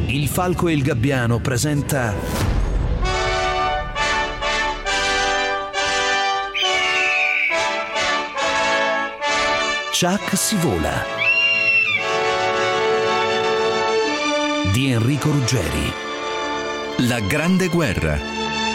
Il Falco e il Gabbiano presenta Chuck si vola di Enrico Ruggeri. La Grande Guerra.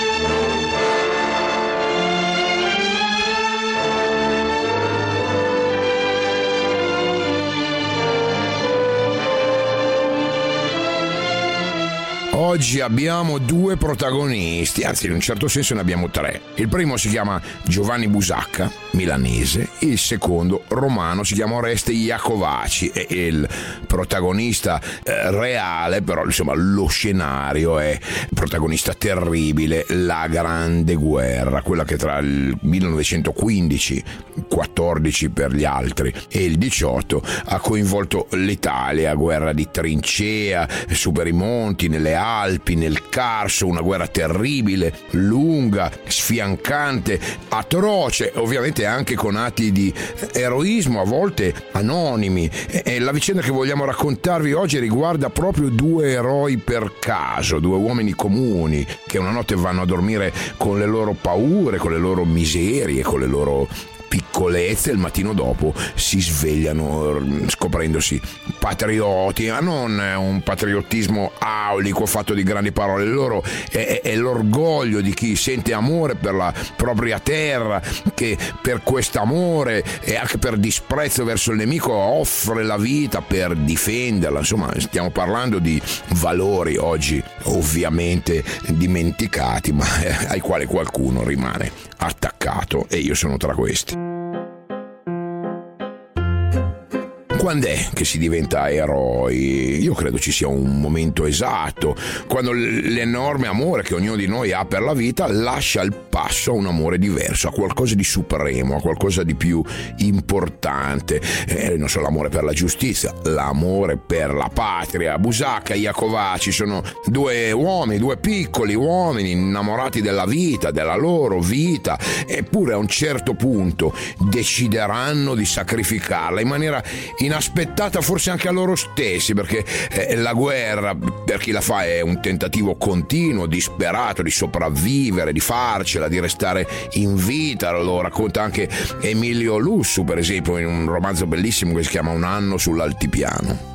Oggi abbiamo due protagonisti, anzi in un certo senso ne abbiamo tre. Il primo si chiama Giovanni Busacca, milanese, il secondo romano si chiama Oreste Iacovaci e il protagonista reale, però insomma lo scenario è protagonista terribile, la Grande Guerra, quella che tra il 1915, 14 per gli altri, e il 18 ha coinvolto l'Italia, guerra di trincea, su per i monti, nelle Alpi, nel Carso, una guerra terribile, lunga, sfiancante, atroce, ovviamente anche con atti di eroismo, a volte anonimi. E la vicenda che vogliamo raccontarvi oggi riguarda proprio due eroi per caso, due uomini comuni che una notte vanno a dormire con le loro paure, con le loro miserie, con le loro piccolezze, il mattino dopo si svegliano scoprendosi patrioti, ma non un patriottismo aulico fatto di grandi parole. Loro è l'orgoglio di chi sente amore per la propria terra, che per quest'amore e anche per disprezzo verso il nemico offre la vita per difenderla. Insomma, stiamo parlando di valori oggi ovviamente dimenticati, ma ai quali qualcuno rimane attaccato, e io sono tra questi. Quando è che si diventa eroi? Io credo ci sia un momento esatto, quando l'enorme amore che ognuno di noi ha per la vita lascia il passo a un amore diverso, a qualcosa di supremo, a qualcosa di più importante. Non so, l'amore per la giustizia, l'amore per la patria. Busacca e Iacovaci sono due uomini, due piccoli uomini innamorati della vita, della loro vita, eppure a un certo punto decideranno di sacrificarla in maniera inaspettata, forse anche a loro stessi, perché la guerra per chi la fa è un tentativo continuo, disperato di sopravvivere, di farcela, di restare in vita. Lo racconta anche Emilio Lussu, per esempio, in un romanzo bellissimo che si chiama Un anno sull'altipiano.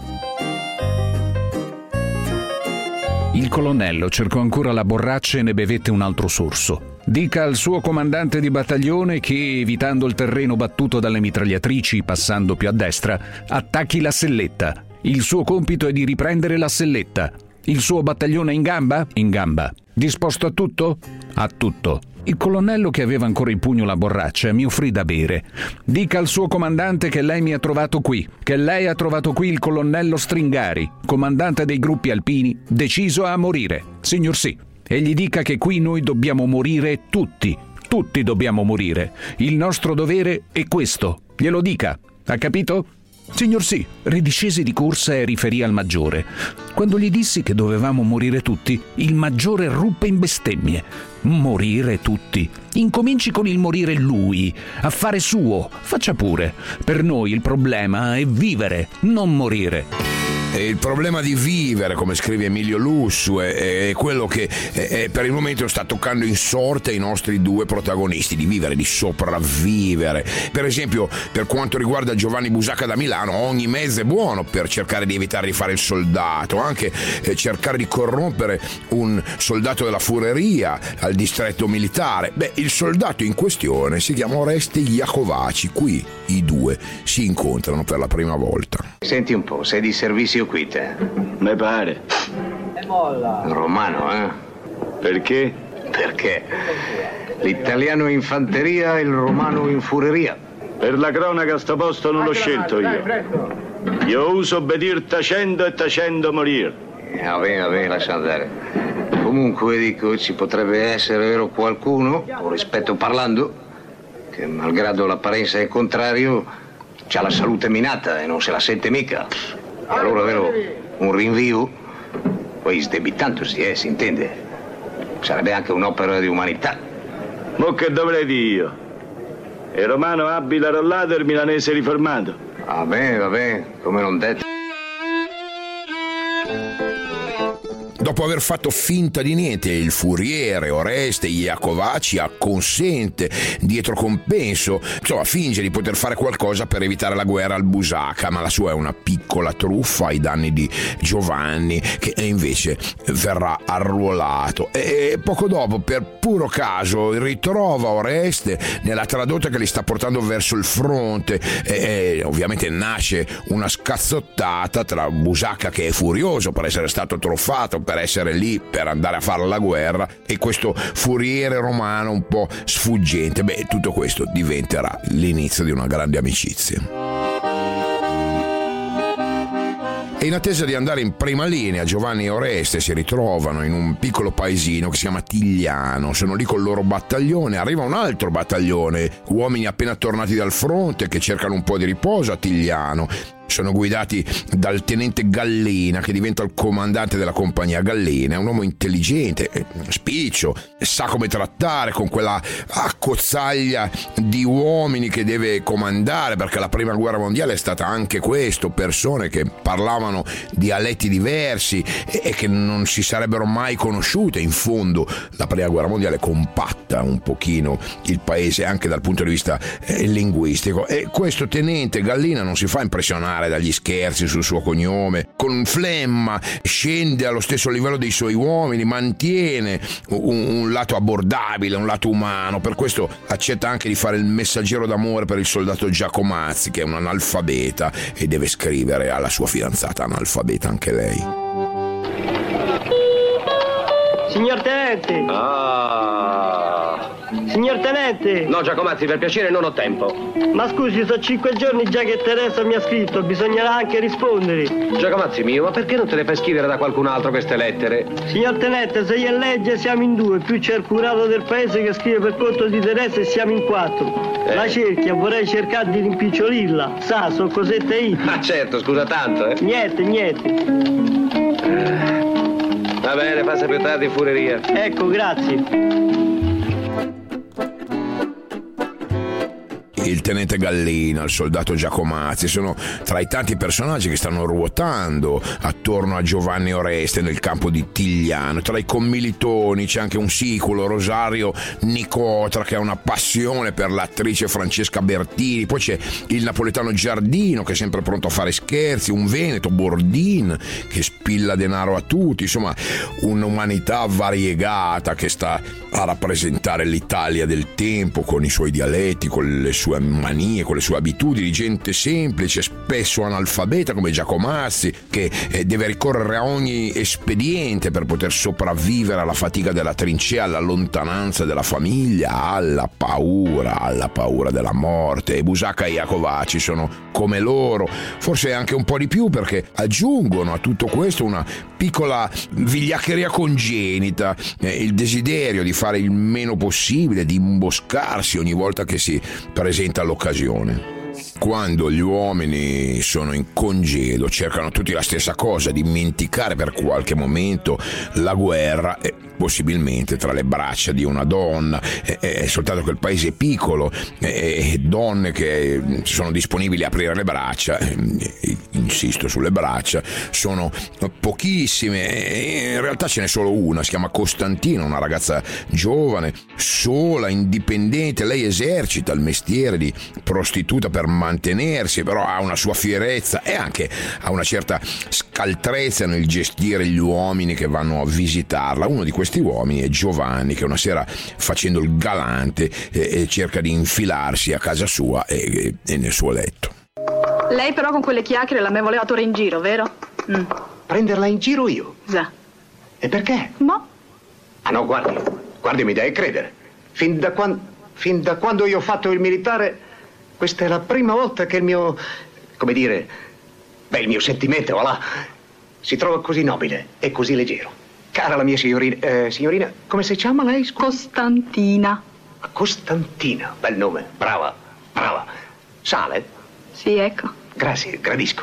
Il colonnello cercò ancora la borraccia e ne bevette un altro sorso. Dica al suo comandante di battaglione che, evitando il terreno battuto dalle mitragliatrici, passando più a destra, attacchi la selletta. Il suo compito è di riprendere la selletta. Il suo battaglione è in gamba? In gamba. Disposto a tutto? A tutto. Il colonnello, che aveva ancora in pugno la borraccia, mi offrì da bere. Dica al suo comandante che lei mi ha trovato qui, che lei ha trovato qui il colonnello Stringari, comandante dei gruppi alpini, deciso a morire. Signor sì. E gli dica che qui noi dobbiamo morire tutti dobbiamo morire. Il nostro dovere è questo. Glielo dica. Ha capito? Signor sì. Ridiscesi di corsa e riferì al maggiore. Quando gli dissi che dovevamo morire tutti, il maggiore ruppe in bestemmie. Morire tutti? Incominci con il morire lui, affare suo, faccia pure. Per noi il problema è vivere, non morire. E il problema di vivere, come scrive Emilio Lussu, è quello che per il momento sta toccando in sorte ai nostri due protagonisti, di vivere, di sopravvivere. Per esempio, per quanto riguarda Giovanni Busacca da Milano, ogni mezzo è buono per cercare di evitare di fare il soldato, anche cercare di corrompere un soldato della Fureria al distretto militare. Il soldato in questione si chiama Oreste Iacovaci. Qui i due si incontrano per la prima volta. Senti un po', sei di servizio qui te? Me pare. Romano, eh? Perché? Perché? L'italiano in fanteria e il romano in fureria. Per la cronaca sto posto non l'ho scelto io. Io uso obbedir tacendo e tacendo morir. Vabbè, lascia andare. Comunque dico, ci potrebbe essere vero qualcuno, con rispetto parlando, che malgrado l'apparenza è contrario, c'ha la salute minata e non se la sente mica. E allora, vero, un rinvio, poi sdebitandosi, si intende. Sarebbe anche un'opera di umanità. Mo che dovrei dire io? Il romano abile arrollato e il milanese riformato. Vabbè, come non detto. dopo aver fatto finta di niente, il furiere Oreste Iacovaci acconsente dietro compenso, insomma finge di poter fare qualcosa per evitare la guerra al Busacca, ma la sua è una piccola truffa ai danni di Giovanni, che invece verrà arruolato, e poco dopo, per puro caso, ritrova Oreste nella tradotta che li sta portando verso il fronte, e ovviamente nasce una scazzottata tra Busacca, che è furioso per essere stato truffato, per essere lì per andare a fare la guerra, e questo furiere romano un po' sfuggente. Tutto questo diventerà l'inizio di una grande amicizia. E in attesa di andare in prima linea, Giovanni e Oreste si ritrovano in un piccolo paesino che si chiama Tigliano. Sono lì col loro battaglione, arriva un altro battaglione, uomini appena tornati dal fronte che cercano un po' di riposo a Tigliano. Sono guidati dal tenente Gallina, che diventa il comandante della compagnia. Gallina è un uomo intelligente, spiccio, sa come trattare con quella accozzaglia di uomini che deve comandare, perché la prima guerra mondiale è stata anche questo, persone che parlavano dialetti diversi e che non si sarebbero mai conosciute. In fondo la prima guerra mondiale compatta un pochino il paese anche dal punto di vista linguistico, e questo tenente Gallina non si fa impressionare dagli scherzi sul suo cognome, con flemma scende allo stesso livello dei suoi uomini, mantiene un lato abbordabile, un lato umano. Per questo accetta anche di fare il messaggero d'amore per il soldato Giacomazzi, che è un analfabeta e deve scrivere alla sua fidanzata analfabeta anche lei. Signor tenente! Signor tenente! No, Giacomazzi, per piacere non ho tempo. Ma scusi, sono 5 giorni già che Teresa mi ha scritto, bisognerà anche rispondere. Giacomazzi mio, ma perché non te le fai scrivere da qualcun altro queste lettere? Signor tenente, se io e legge siamo in 2, più c'è il curato del paese che scrive per conto di Teresa e siamo in 4. La cerchia, vorrei cercare di rimpicciolirla. Sa, so cosette io. Ah certo, scusa tanto, Niente. Va bene, passa più tardi in fureria. Ecco, grazie. Il tenente Gallina, il soldato Giacomazzi sono tra i tanti personaggi che stanno ruotando attorno a Giovanni Oreste nel campo di Tigliano. Tra i commilitoni c'è anche un siculo, Rosario Nicotra, che ha una passione per l'attrice Francesca Bertini. Poi c'è il napoletano Giardino, che è sempre pronto a fare scherzi, un veneto, Bordin, che spilla denaro a tutti. Insomma, un'umanità variegata che sta a rappresentare l'Italia del tempo, con i suoi dialetti, con le sue manie, con le sue abitudini, gente semplice, spesso analfabeta come Giacomazzi, che deve ricorrere a ogni espediente per poter sopravvivere alla fatica della trincea, alla lontananza della famiglia, alla paura della morte. E Busacca e Iacovaci sono come loro, forse anche un po' di più, perché aggiungono a tutto questo una piccola vigliaccheria congenita, il desiderio di fare il meno possibile, di imboscarsi ogni volta che si presenta l'occasione. Quando gli uomini sono in congedo cercano tutti la stessa cosa, dimenticare per qualche momento la guerra, e possibilmente tra le braccia di una donna, soltanto che il paese è piccolo, e donne che sono disponibili a aprire le braccia, insisto sulle braccia, sono pochissime. In realtà ce n'è solo una, si chiama Costantina, una ragazza giovane, sola, indipendente. Lei esercita il mestiere di prostituta per mantenersi, però ha una sua fierezza e anche ha una certa scaltrezza nel gestire gli uomini che vanno a visitarla. Uno di questi uomini è Giovanni, che una sera, facendo il galante, cerca di infilarsi a casa sua e nel suo letto. Lei però con quelle chiacchiere la me voleva torre in giro, vero? Prenderla in giro io? Già. E perché? No. Ah no, guardi, mi dai a credere. Fin da quando io ho fatto il militare, questa è la prima volta che il mio, come dire, il mio sentimento, voilà, si trova così nobile e così leggero. Cara la mia signorina, come si chiama lei? Costantina. Costantina, bel nome, brava. Sale? Sì, ecco. Grazie, gradisco.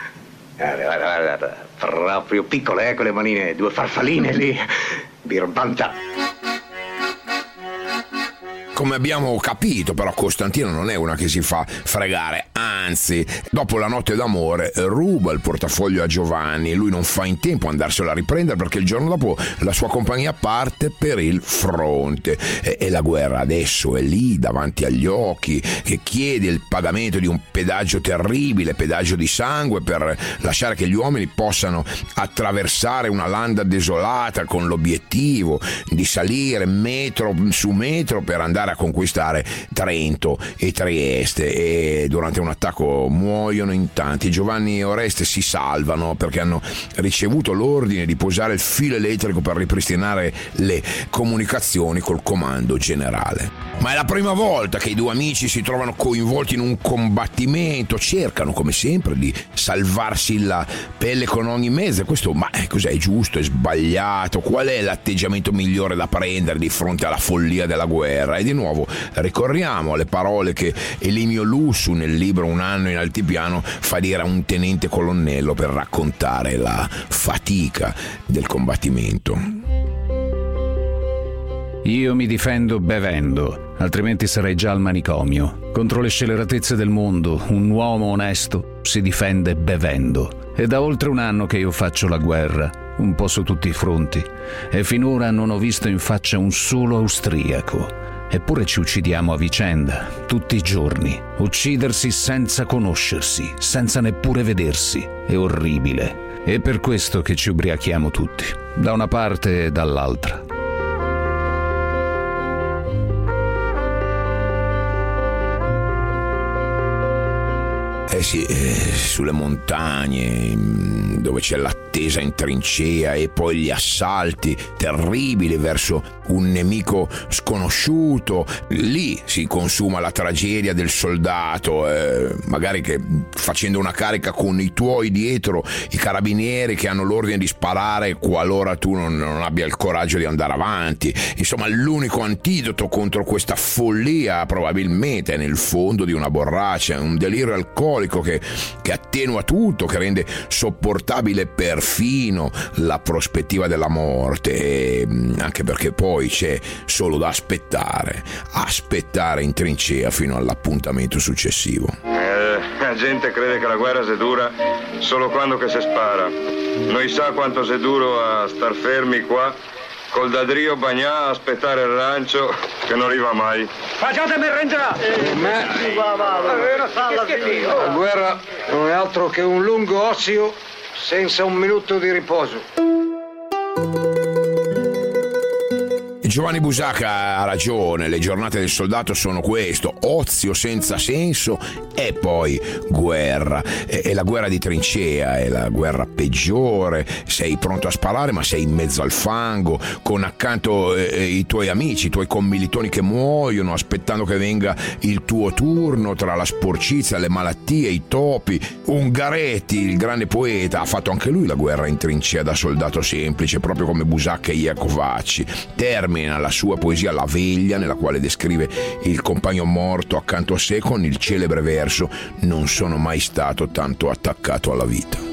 Guarda, proprio piccole, con le manine, 2 farfalline lì, birbanta. come abbiamo capito, però Costantino non è una che si fa fregare, anzi, dopo la notte d'amore ruba il portafoglio a Giovanni e lui non fa in tempo a andarselo a riprendere perché il giorno dopo la sua compagnia parte per il fronte e la guerra adesso è lì davanti agli occhi, che chiede il pagamento di un pedaggio terribile, pedaggio di sangue, per lasciare che gli uomini possano attraversare una landa desolata con l'obiettivo di salire metro su metro per andare a conquistare Trento e Trieste. E durante un attacco muoiono in tanti. Giovanni e Oreste si salvano perché hanno ricevuto l'ordine di posare il filo elettrico per ripristinare le comunicazioni col comando generale. Ma è la prima volta che i due amici si trovano coinvolti in un combattimento, cercano come sempre di salvarsi la pelle con ogni mezzo. Questo, ma cos'è, giusto, è sbagliato? Qual è l'atteggiamento migliore da prendere di fronte alla follia della guerra? E di nuovo ricorriamo alle parole che Elimio Lussu nel libro Un anno in altipiano fa dire a un tenente colonnello per raccontare la fatica del combattimento. Io mi difendo bevendo, altrimenti sarei già al manicomio. Contro le scelleratezze del mondo, un uomo onesto si difende bevendo. È da oltre un anno che io faccio la guerra, un po' su tutti i fronti, e finora non ho visto in faccia un solo austriaco. Eppure ci uccidiamo a vicenda, tutti i giorni. Uccidersi senza conoscersi, senza neppure vedersi, è orribile. È per questo che ci ubriachiamo tutti, da una parte e dall'altra. Sì, sulle montagne dove c'è l'attesa in trincea e poi gli assalti terribili verso un nemico sconosciuto, lì si consuma la tragedia del soldato, magari che facendo una carica con i tuoi dietro, i carabinieri che hanno l'ordine di sparare qualora tu non abbia il coraggio di andare avanti. Insomma, l'unico antidoto contro questa follia probabilmente è nel fondo di una borraccia, un delirio alcolico che attenua tutto, che rende sopportabile perfino la prospettiva della morte, e anche perché poi c'è solo da aspettare in trincea fino all'appuntamento successivo. La gente crede che la guerra se dura solo quando che si spara. Noi sa quanto se duro a star fermi qua col dadrio bagnà a aspettare il rancio che non arriva mai. Facciatemi arrangiare! La guerra non è altro che un lungo ozio senza un minuto di riposo. Giovanni Busacca ha ragione, le giornate del soldato sono questo, ozio senza senso e poi guerra. E la guerra di trincea è la guerra peggiore, sei pronto a sparare ma sei in mezzo al fango, con accanto i tuoi amici, i tuoi commilitoni che muoiono, aspettando che venga il tuo turno, tra la sporcizia, le malattie, i topi. Ungaretti, il grande poeta, ha fatto anche lui la guerra in trincea da soldato semplice, proprio come Busacca e Iacovacci. Termina la sua poesia La veglia, nella quale descrive il compagno morto accanto a sé con il celebre verso: non sono mai stato tanto attaccato alla vita.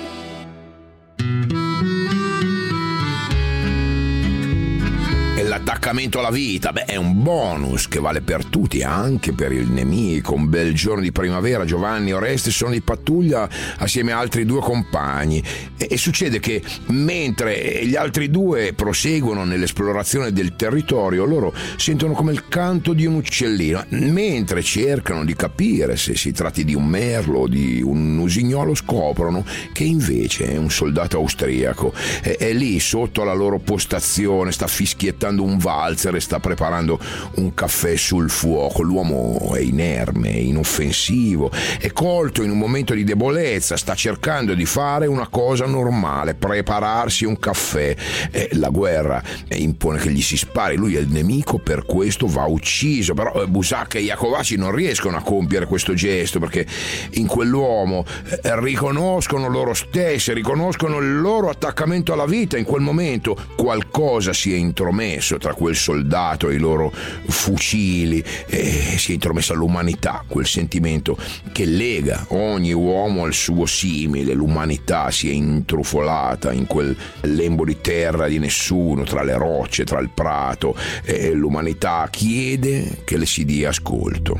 L'attaccamento alla vita, è un bonus che vale per tutti, anche per il nemico. Un bel giorno di primavera Giovanni e Oreste sono di pattuglia assieme a altri due compagni e succede che mentre gli altri due proseguono nell'esplorazione del territorio, loro sentono come il canto di un uccellino. Mentre cercano di capire se si tratti di un merlo o di un usignolo, scoprono che invece è un soldato austriaco. È lì sotto la loro postazione, sta fischiettando un valzer e sta preparando un caffè sul fuoco. L'uomo è inerme, inoffensivo, è colto in un momento di debolezza, sta cercando di fare una cosa normale, prepararsi un caffè. La guerra impone che gli si spari, lui è il nemico, per questo va ucciso. Però Busacca e Iacovacci non riescono a compiere questo gesto, perché in quell'uomo riconoscono loro stessi, riconoscono il loro attaccamento alla vita. In quel momento qualcosa si è intromesso tra tra quel soldato e i loro fucili si è intromessa l'umanità, quel sentimento che lega ogni uomo al suo simile. L'umanità si è intrufolata in quel lembo di terra di nessuno, tra le rocce, tra il prato, e l'umanità chiede che le si dia ascolto.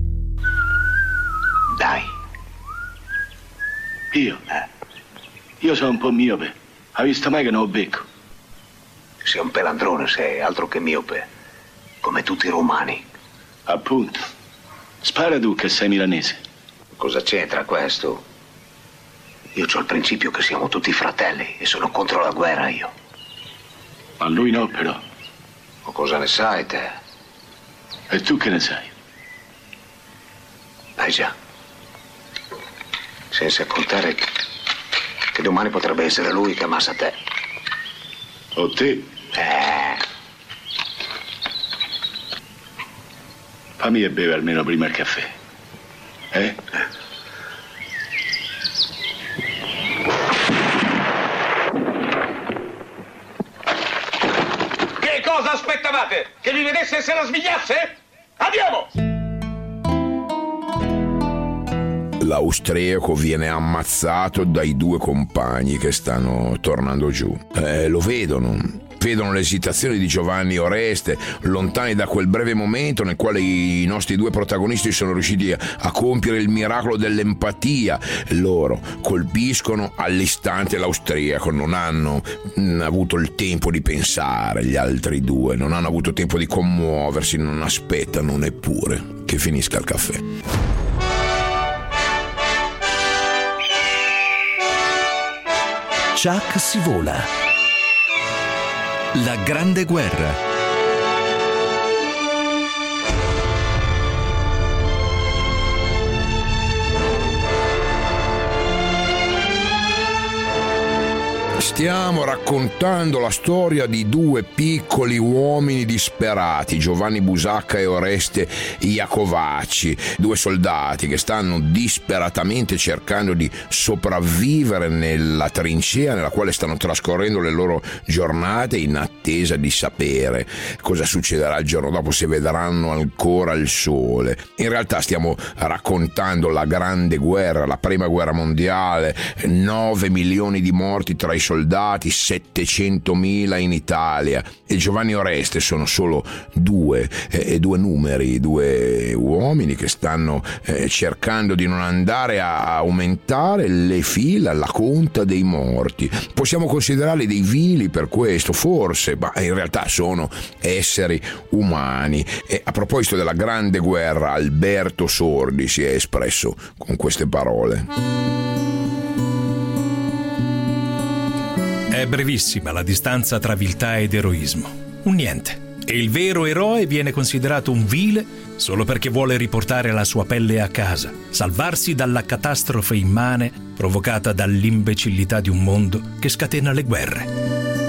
Dai. Io sono un po' miope. Hai visto mai che non ho becco? Sei un pelandrone, sei altro che miope. Come tutti i romani. Appunto. Spara tu che sei milanese. Cosa c'entra questo? Io c'ho il principio che siamo tutti fratelli e sono contro la guerra io. Ma lui no, però. Ma cosa ne sai te? E tu che ne sai? Già. Senza contare che domani potrebbe essere lui che ammazza te. O te? Fammi e beve almeno prima il caffè. Che cosa aspettavate? Che vi vedesse e se la svigliasse? Andiamo! L'austriaco viene ammazzato dai due compagni che stanno tornando giù. Lo vedono l'esitazione di Giovanni Oreste, lontani da quel breve momento nel quale i nostri due protagonisti sono riusciti a compiere il miracolo dell'empatia. Loro colpiscono all'istante l'austriaco, non hanno avuto il tempo di pensare, gli altri due non hanno avuto tempo di commuoversi, non aspettano neppure che finisca il caffè. Chuck si vola. La grande guerra. Stiamo raccontando la storia di due piccoli uomini disperati, Giovanni Busacca e Oreste Iacovacci, due soldati che stanno disperatamente cercando di sopravvivere nella trincea nella quale stanno trascorrendo le loro giornate in attesa di sapere cosa succederà il giorno dopo, se vedranno ancora il sole. In realtà stiamo raccontando la grande guerra, la prima guerra mondiale, 9 milioni di morti tra i soldati, 700.000 in Italia, e Giovanni Oreste sono solo due numeri, due uomini che stanno cercando di non andare a aumentare le fila, la conta dei morti. Possiamo considerarli dei vili per questo, forse, ma in realtà sono esseri umani. E a proposito della grande guerra, Alberto Sordi si è espresso con queste parole. È brevissima la distanza tra viltà ed eroismo. Un niente. E il vero eroe viene considerato un vile solo perché vuole riportare la sua pelle a casa, salvarsi dalla catastrofe immane provocata dall'imbecillità di un mondo che scatena le guerre.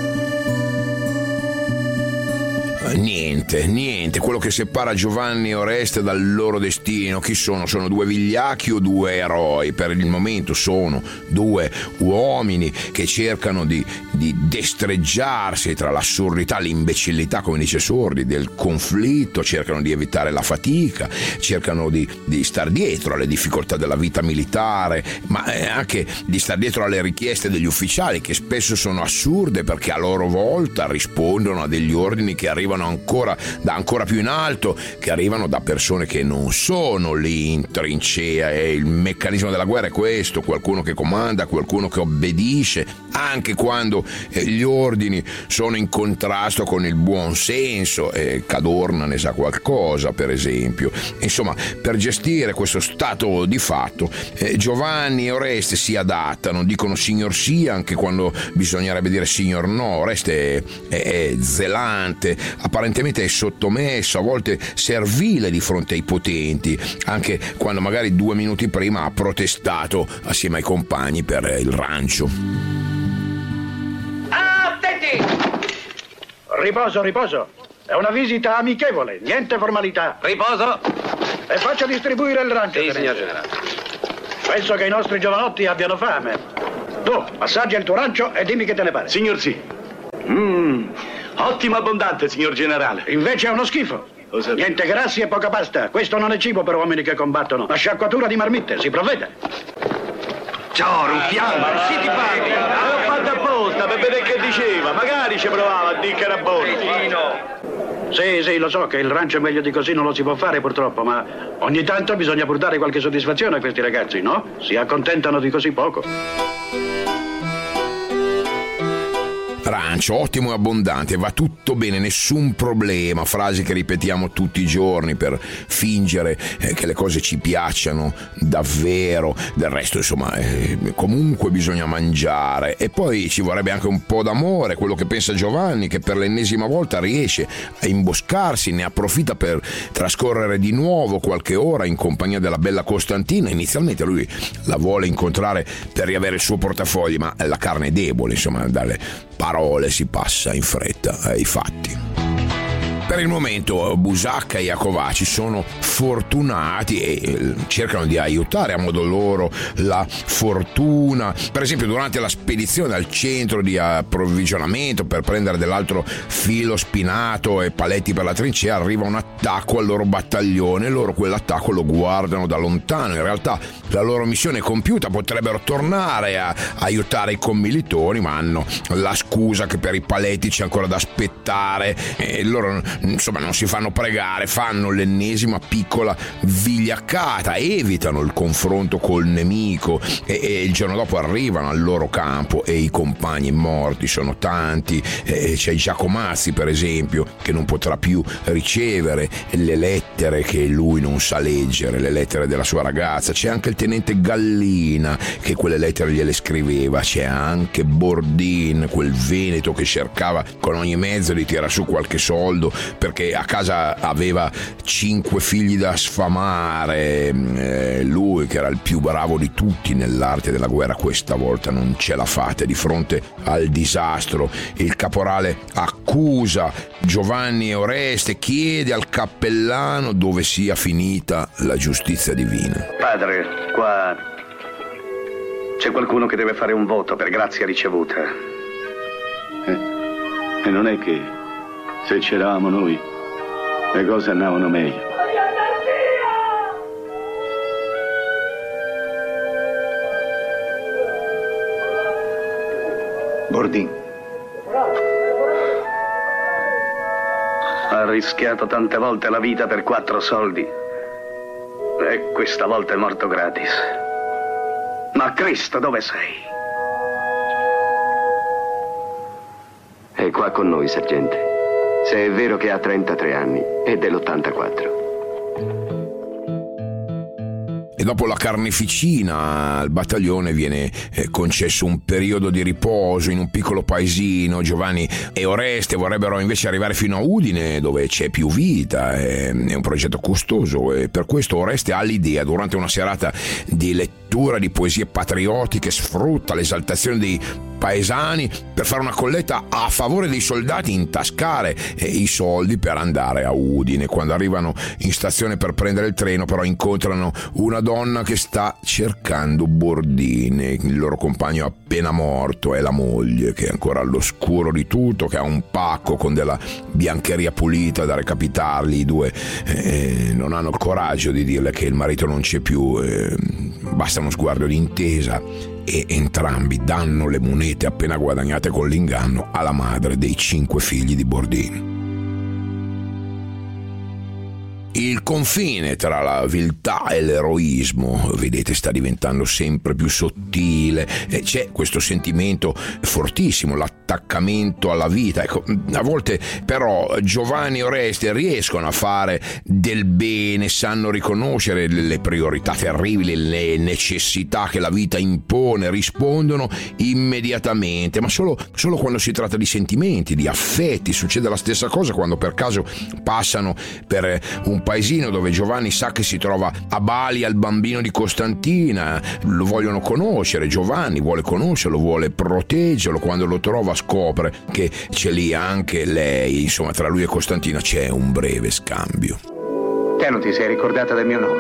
Niente, quello che separa Giovanni e Oreste dal loro destino. Chi sono? Sono due vigliacchi o due eroi? Per il momento sono due uomini che cercano di destreggiarsi tra l'assurdità, l'imbecillità, come dice Sordi, del conflitto, cercano di evitare la fatica, cercano di star dietro alle difficoltà della vita militare, ma anche di star dietro alle richieste degli ufficiali, che spesso sono assurde perché a loro volta rispondono a degli ordini che arrivano ancora più in alto, che arrivano da persone che non sono lì in trincea. E il meccanismo della guerra è questo: qualcuno che comanda, qualcuno che obbedisce, anche quando gli ordini sono in contrasto con il buon senso. Cadorna ne sa qualcosa, per esempio. Insomma, per gestire questo stato di fatto, Giovanni e Oreste si adattano, dicono signor sì anche quando bisognerebbe dire signor no. Oreste è zelante, apparentemente è sottomesso, a volte servile di fronte ai potenti, anche quando magari 2 minuti prima ha protestato assieme ai compagni per il rancio. Attenti! Riposo. È una visita amichevole, niente formalità. Riposo! E faccia distribuire il rancio. Sì, signor generale. Penso che i nostri giovanotti abbiano fame. Tu, assaggia il tuo rancio e dimmi che te ne pare. Signor sì. Ottimo abbondante, signor generale. Invece è uno schifo. Niente grassi e poca pasta. Questo non è cibo per uomini che combattono. La sciacquatura di marmitte, si provvede. Ciao, ruffiano. Ma si ti parli? L'ho fatto apposta per vedere che diceva. Magari ci provava a dire che era buono. Sì, lo so che il rancio meglio di così non lo si può fare purtroppo, ma ogni tanto bisogna pur dare qualche soddisfazione a questi ragazzi, no? Si accontentano di così poco. Rancio, ottimo e abbondante, va tutto bene, nessun problema, frasi che ripetiamo tutti i giorni per fingere che le cose ci piacciono davvero. Del resto, insomma, comunque bisogna mangiare, e poi ci vorrebbe anche un po' d'amore, quello che pensa Giovanni, che per l'ennesima volta riesce a imboscarsi, ne approfitta per trascorrere di nuovo qualche ora in compagnia della bella Costantina. Inizialmente lui la vuole incontrare per riavere il suo portafogli, ma la carne è debole, insomma, dalle parole si passa in fretta ai fatti. Per il momento Busacca e Iacovacci sono fortunati e cercano di aiutare a modo loro la fortuna. Per esempio, durante la spedizione al centro di approvvigionamento per prendere dell'altro filo spinato e paletti per la trincea, arriva un attacco al loro battaglione. Loro quell'attacco lo guardano da lontano. In realtà la loro missione è compiuta, potrebbero tornare a aiutare i commilitoni, ma hanno la scusa che per i paletti c'è ancora da aspettare e loro insomma non si fanno pregare, fanno l'ennesima piccola vigliaccata, evitano il confronto col nemico e il giorno dopo arrivano al loro campo e i compagni morti sono tanti. C'è Giacomazzi, per esempio, che non potrà più ricevere le lettere che lui non sa leggere, le lettere della sua ragazza. C'è anche il tenente Gallina che quelle lettere gliele scriveva. C'è anche Bordin, quel veneto che cercava con ogni mezzo di tirare su qualche soldo perché a casa aveva 5 figli da sfamare. Lui, che era il più bravo di tutti nell'arte della guerra, questa volta non ce la fate di fronte al disastro. Il caporale accusa Giovanni e Oreste, chiede al cappellano dove sia finita la giustizia divina. Padre, qua c'è qualcuno che deve fare un voto per grazia ricevuta. E non è che se c'eravamo noi le cose andavano meglio. Bordin. Ha rischiato tante volte la vita per 4 soldi e questa volta è morto gratis. Ma Cristo, dove sei? È qua con noi, sergente. Se è vero che ha 33 anni, è dell'84. E dopo la carneficina al battaglione viene concesso un periodo di riposo in un piccolo paesino. Giovanni e Oreste vorrebbero invece arrivare fino a Udine, dove c'è più vita. È un progetto costoso e per questo Oreste ha l'idea, durante una serata di lettura di poesie patriottiche, sfrutta l'esaltazione dei paesani per fare una colletta a favore dei soldati, intascare i soldi per andare a Udine. Quando arrivano in stazione per prendere il treno, però, incontrano una donna che sta cercando Bordine. Il loro compagno appena morto è la moglie, che è ancora all'oscuro di tutto, che ha un pacco con della biancheria pulita da recapitargli. I due non hanno il coraggio di dirle che il marito non c'è più. Basta uno sguardo di intesa e entrambi danno le monete appena guadagnate con l'inganno alla madre dei 5 figli di Bordin. Il confine tra la viltà e l'eroismo, vedete, sta diventando sempre più sottile. C'è questo sentimento fortissimo, l'attaccamento alla vita. Ecco, a volte però Giovanni e Oreste riescono a fare del bene, sanno riconoscere le priorità terribili, le necessità che la vita impone, rispondono immediatamente, ma solo quando si tratta di sentimenti, di affetti. Succede la stessa cosa quando per caso passano per un paesino dove Giovanni sa che si trova a Bali al bambino di Costantina. Lo vogliono conoscere, Giovanni vuole conoscerlo, vuole proteggerlo. Quando lo trova scopre che c'è lì anche lei. Insomma, tra lui e Costantina c'è un breve scambio. Te non ti sei ricordata del mio nome?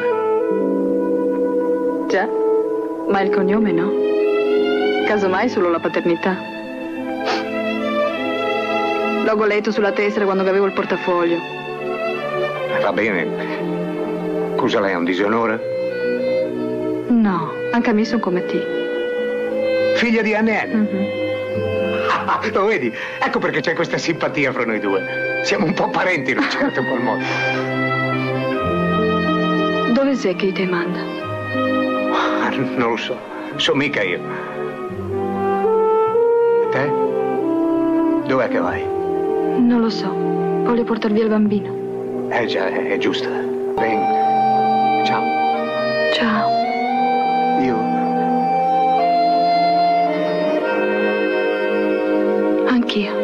Già, ma il cognome no. Casomai solo la paternità. Logoletto sulla tessera quando avevo il portafoglio. Va bene. Scusa, lei è un disonore? No, anche a me sono come te. Figlia di Annelle? Lo vedi? Ecco perché c'è questa simpatia fra noi due. Siamo un po' parenti in un certo qual modo. Dove sei che ti manda? Non lo so. So mica io. E te? Dov'è che vai? Non lo so. Voglio portar via il bambino. Già, è giusto. Ben. Ciao. Ciao. Io... Anch'io.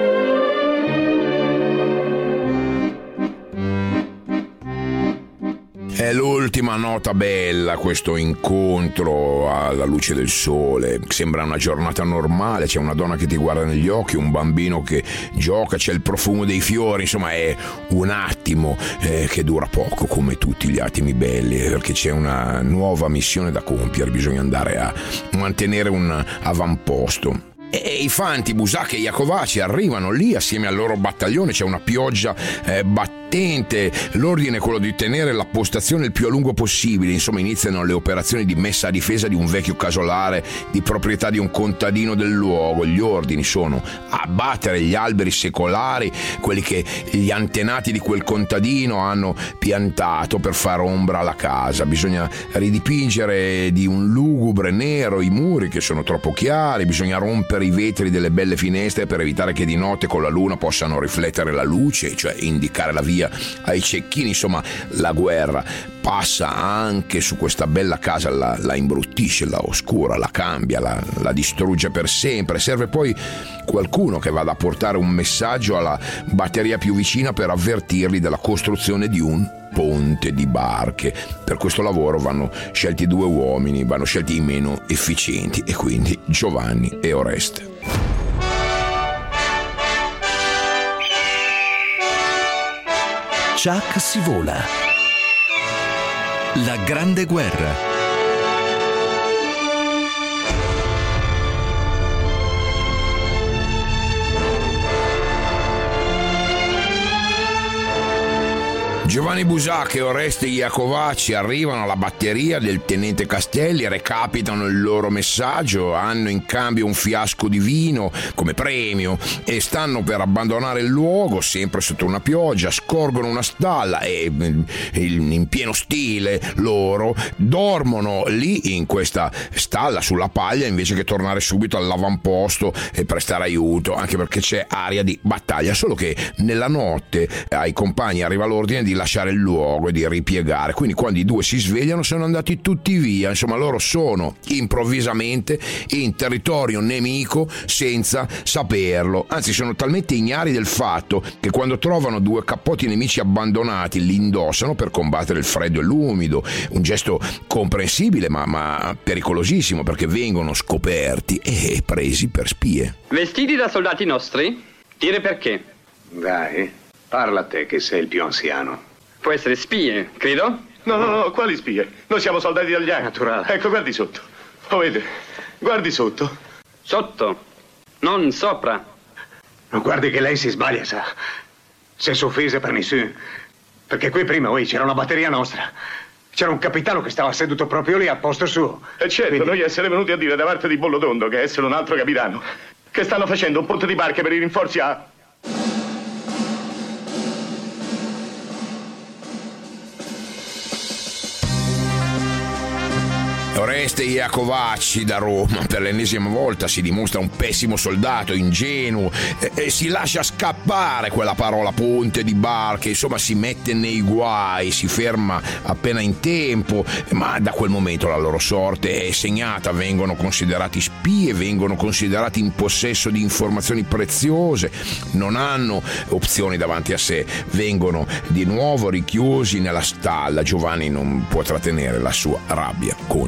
È l'ultima nota bella, questo incontro alla luce del sole. Sembra una giornata normale, c'è una donna che ti guarda negli occhi, un bambino che gioca, c'è il profumo dei fiori, insomma è un attimo che dura poco, come tutti gli attimi belli, perché c'è una nuova missione da compiere, bisogna andare a mantenere un avamposto. E i fanti Busacca e Iacovacci arrivano lì assieme al loro battaglione, c'è una pioggia battente, l'ordine è quello di tenere la postazione il più a lungo possibile, insomma iniziano le operazioni di messa a difesa di un vecchio casolare di proprietà di un contadino del luogo. Gli ordini sono abbattere gli alberi secolari, quelli che gli antenati di quel contadino hanno piantato per far ombra alla casa, bisogna ridipingere di un lugubre nero i muri che sono troppo chiari, bisogna rompere i vetri delle belle finestre per evitare che di notte con la luna possano riflettere la luce, cioè indicare la via ai cecchini. Insomma, la guerra passa anche su questa bella casa, la imbruttisce, la oscura, la cambia, la distrugge per sempre. Serve poi qualcuno che vada a portare un messaggio alla batteria più vicina per avvertirli della costruzione di un ponte di barche. Per questo lavoro vanno scelti 2 uomini, vanno scelti i meno efficienti, e quindi Giovanni e Oreste. Chuck si vola. La grande guerra. Giovanni Busacca e Oreste Iacovacci arrivano alla batteria del tenente Castelli, recapitano il loro messaggio, hanno in cambio un fiasco di vino come premio e stanno per abbandonare il luogo, sempre sotto una pioggia. Scorgono una stalla e in pieno stile loro dormono lì in questa stalla sulla paglia invece che tornare subito all'avamposto e prestare aiuto, anche perché c'è aria di battaglia. Solo che nella notte ai compagni arriva l'ordine di lasciare il luogo e di ripiegare, quindi quando i 2 si svegliano sono andati tutti via. Insomma, loro sono improvvisamente in territorio nemico senza saperlo, anzi sono talmente ignari del fatto che quando trovano 2 cappotti nemici abbandonati li indossano per combattere il freddo e l'umido, un gesto comprensibile ma pericolosissimo, perché vengono scoperti e presi per spie. Vestiti da soldati nostri? Dire perché? Dai, parla a te che sei il più anziano. Può essere spie, credo? No, quali spie? Noi siamo soldati italiani. Naturale. Ecco, guardi sotto. Lo vede? Guardi sotto. Sotto, non sopra. Non guardi che lei si sbaglia, sa. Se s'offese per nessuno. Perché qui prima, c'era una batteria nostra. C'era un capitano che stava seduto proprio lì, a posto suo. E certo, quindi... noi essere venuti a dire da parte di Bollotondo, che essere un altro capitano, che stanno facendo un ponte di barche per i rinforzi a... Oreste Iacovacci da Roma per l'ennesima volta si dimostra un pessimo soldato, ingenuo, e si lascia scappare quella parola ponte di barche, insomma si mette nei guai, si ferma appena in tempo, ma da quel momento la loro sorte è segnata, vengono considerati spie, vengono considerati in possesso di informazioni preziose, non hanno opzioni davanti a sé, vengono di nuovo richiusi nella stalla. Giovanni non può trattenere la sua rabbia contro Oreste.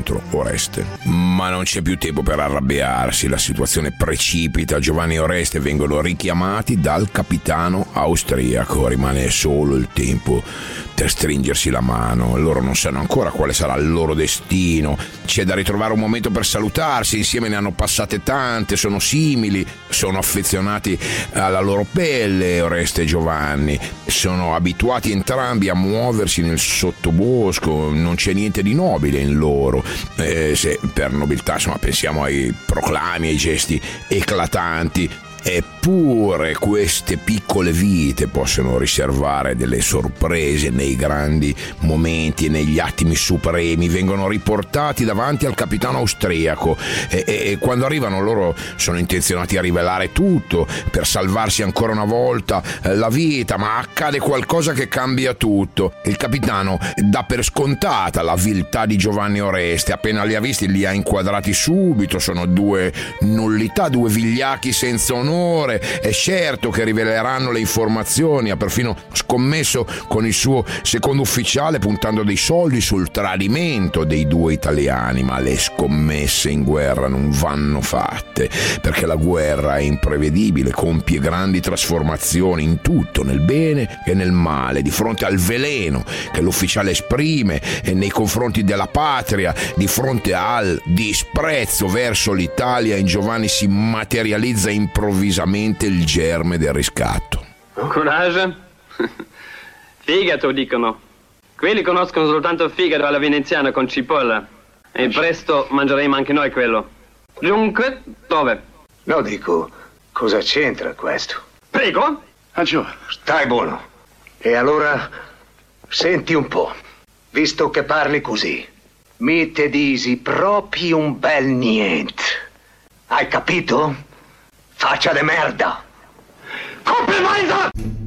Oreste. Ma non c'è più tempo per arrabbiarsi, la situazione precipita, Giovanni e Oreste vengono richiamati dal capitano austriaco, rimane solo il tempo per stringersi la mano. Loro non sanno ancora quale sarà il loro destino, c'è da ritrovare un momento per salutarsi, insieme ne hanno passate tante, sono simili, sono affezionati alla loro pelle, Oreste e Giovanni, sono abituati entrambi a muoversi nel sottobosco, non c'è niente di nobile in loro, se per nobiltà insomma pensiamo ai proclami, ai gesti eclatanti. Eppure queste piccole vite possono riservare delle sorprese nei grandi momenti e negli attimi supremi, vengono riportati davanti al capitano austriaco e quando arrivano loro sono intenzionati a rivelare tutto per salvarsi ancora una volta la vita, ma accade qualcosa che cambia tutto. Il capitano dà per scontata la viltà di Giovanni Oreste, appena li ha visti li ha inquadrati subito, sono due nullità, due vigliacchi senza onore. È certo che riveleranno le informazioni, ha perfino scommesso con il suo secondo ufficiale puntando dei soldi sul tradimento dei due italiani, ma le scommesse in guerra non vanno fatte, perché la guerra è imprevedibile, compie grandi trasformazioni in tutto, nel bene e nel male, di fronte al veleno che l'ufficiale esprime e nei confronti della patria, di fronte al disprezzo verso l'Italia, in Giovanni si materializza improvvisamente il germe del riscatto. Coraggio? Fegato, dicono. Quelli conoscono soltanto fegato alla veneziana con cipolla. E presto mangeremo anche noi quello. Dunque, dove? No, dico, cosa c'entra questo? Prego? Stai buono. E allora, senti un po'. Visto che parli così, mi te disi proprio un bel niente. Hai capito? Faccia de merda! Complimento!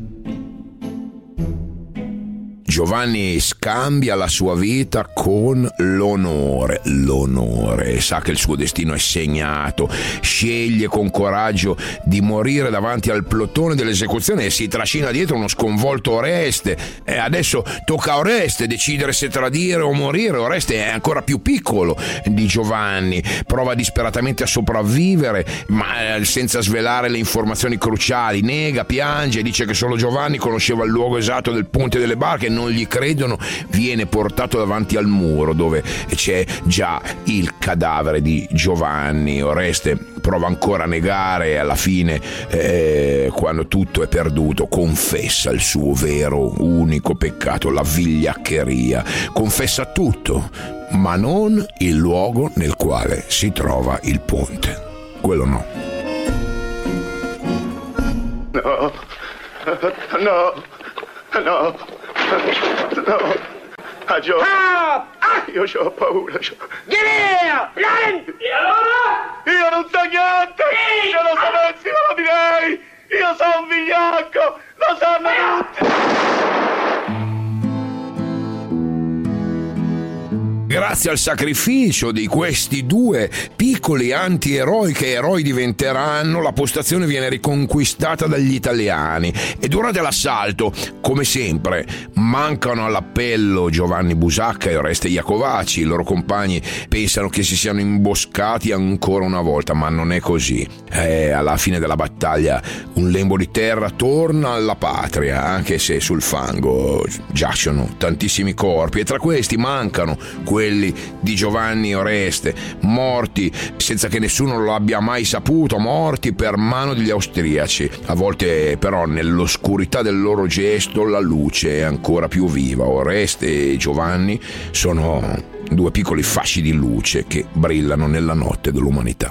Giovanni scambia la sua vita con l'onore, sa che il suo destino è segnato, sceglie con coraggio di morire davanti al plotone dell'esecuzione e si trascina dietro uno sconvolto Oreste, e adesso tocca a Oreste decidere se tradire o morire. Oreste è ancora più piccolo di Giovanni, prova disperatamente a sopravvivere ma senza svelare le informazioni cruciali, nega, piange, dice che solo Giovanni conosceva il luogo esatto del ponte delle barche, non gli credono, viene portato davanti al muro dove c'è già il cadavere di Giovanni. Oreste prova ancora a negare e alla fine, quando tutto è perduto, confessa il suo vero unico peccato, la vigliaccheria. Confessa tutto, ma non il luogo nel quale si trova il ponte. Quello no. No. Agio. Io c'ho paura. Vieni via! E allora? Io non so niente! Se lo sapessi me lo direi! Io sono un vigliacco! Lo sanno tutti! Grazie al sacrificio di questi due piccoli antieroi che eroi diventeranno, la postazione viene riconquistata dagli italiani e durante l'assalto, come sempre, mancano all'appello Giovanni Busacca e Oreste Iacovaci. I loro compagni pensano che si siano imboscati ancora una volta, ma non è così. Alla fine della battaglia un lembo di terra torna alla patria, anche se sul fango giacciono tantissimi corpi e tra questi mancano quelli di Giovanni e Oreste, morti senza che nessuno lo abbia mai saputo, morti per mano degli austriaci. A volte però nell'oscurità del loro gesto la luce è ancora più viva. Oreste e Giovanni sono due piccoli fasci di luce che brillano nella notte dell'umanità.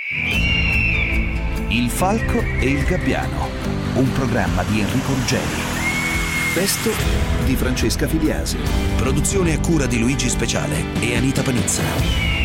Il Falco e il Gabbiano, un programma di Enrico Ruggeri. Testo di Francesca Filiasi. Produzione a cura di Luigi Speciale e Anita Panizza.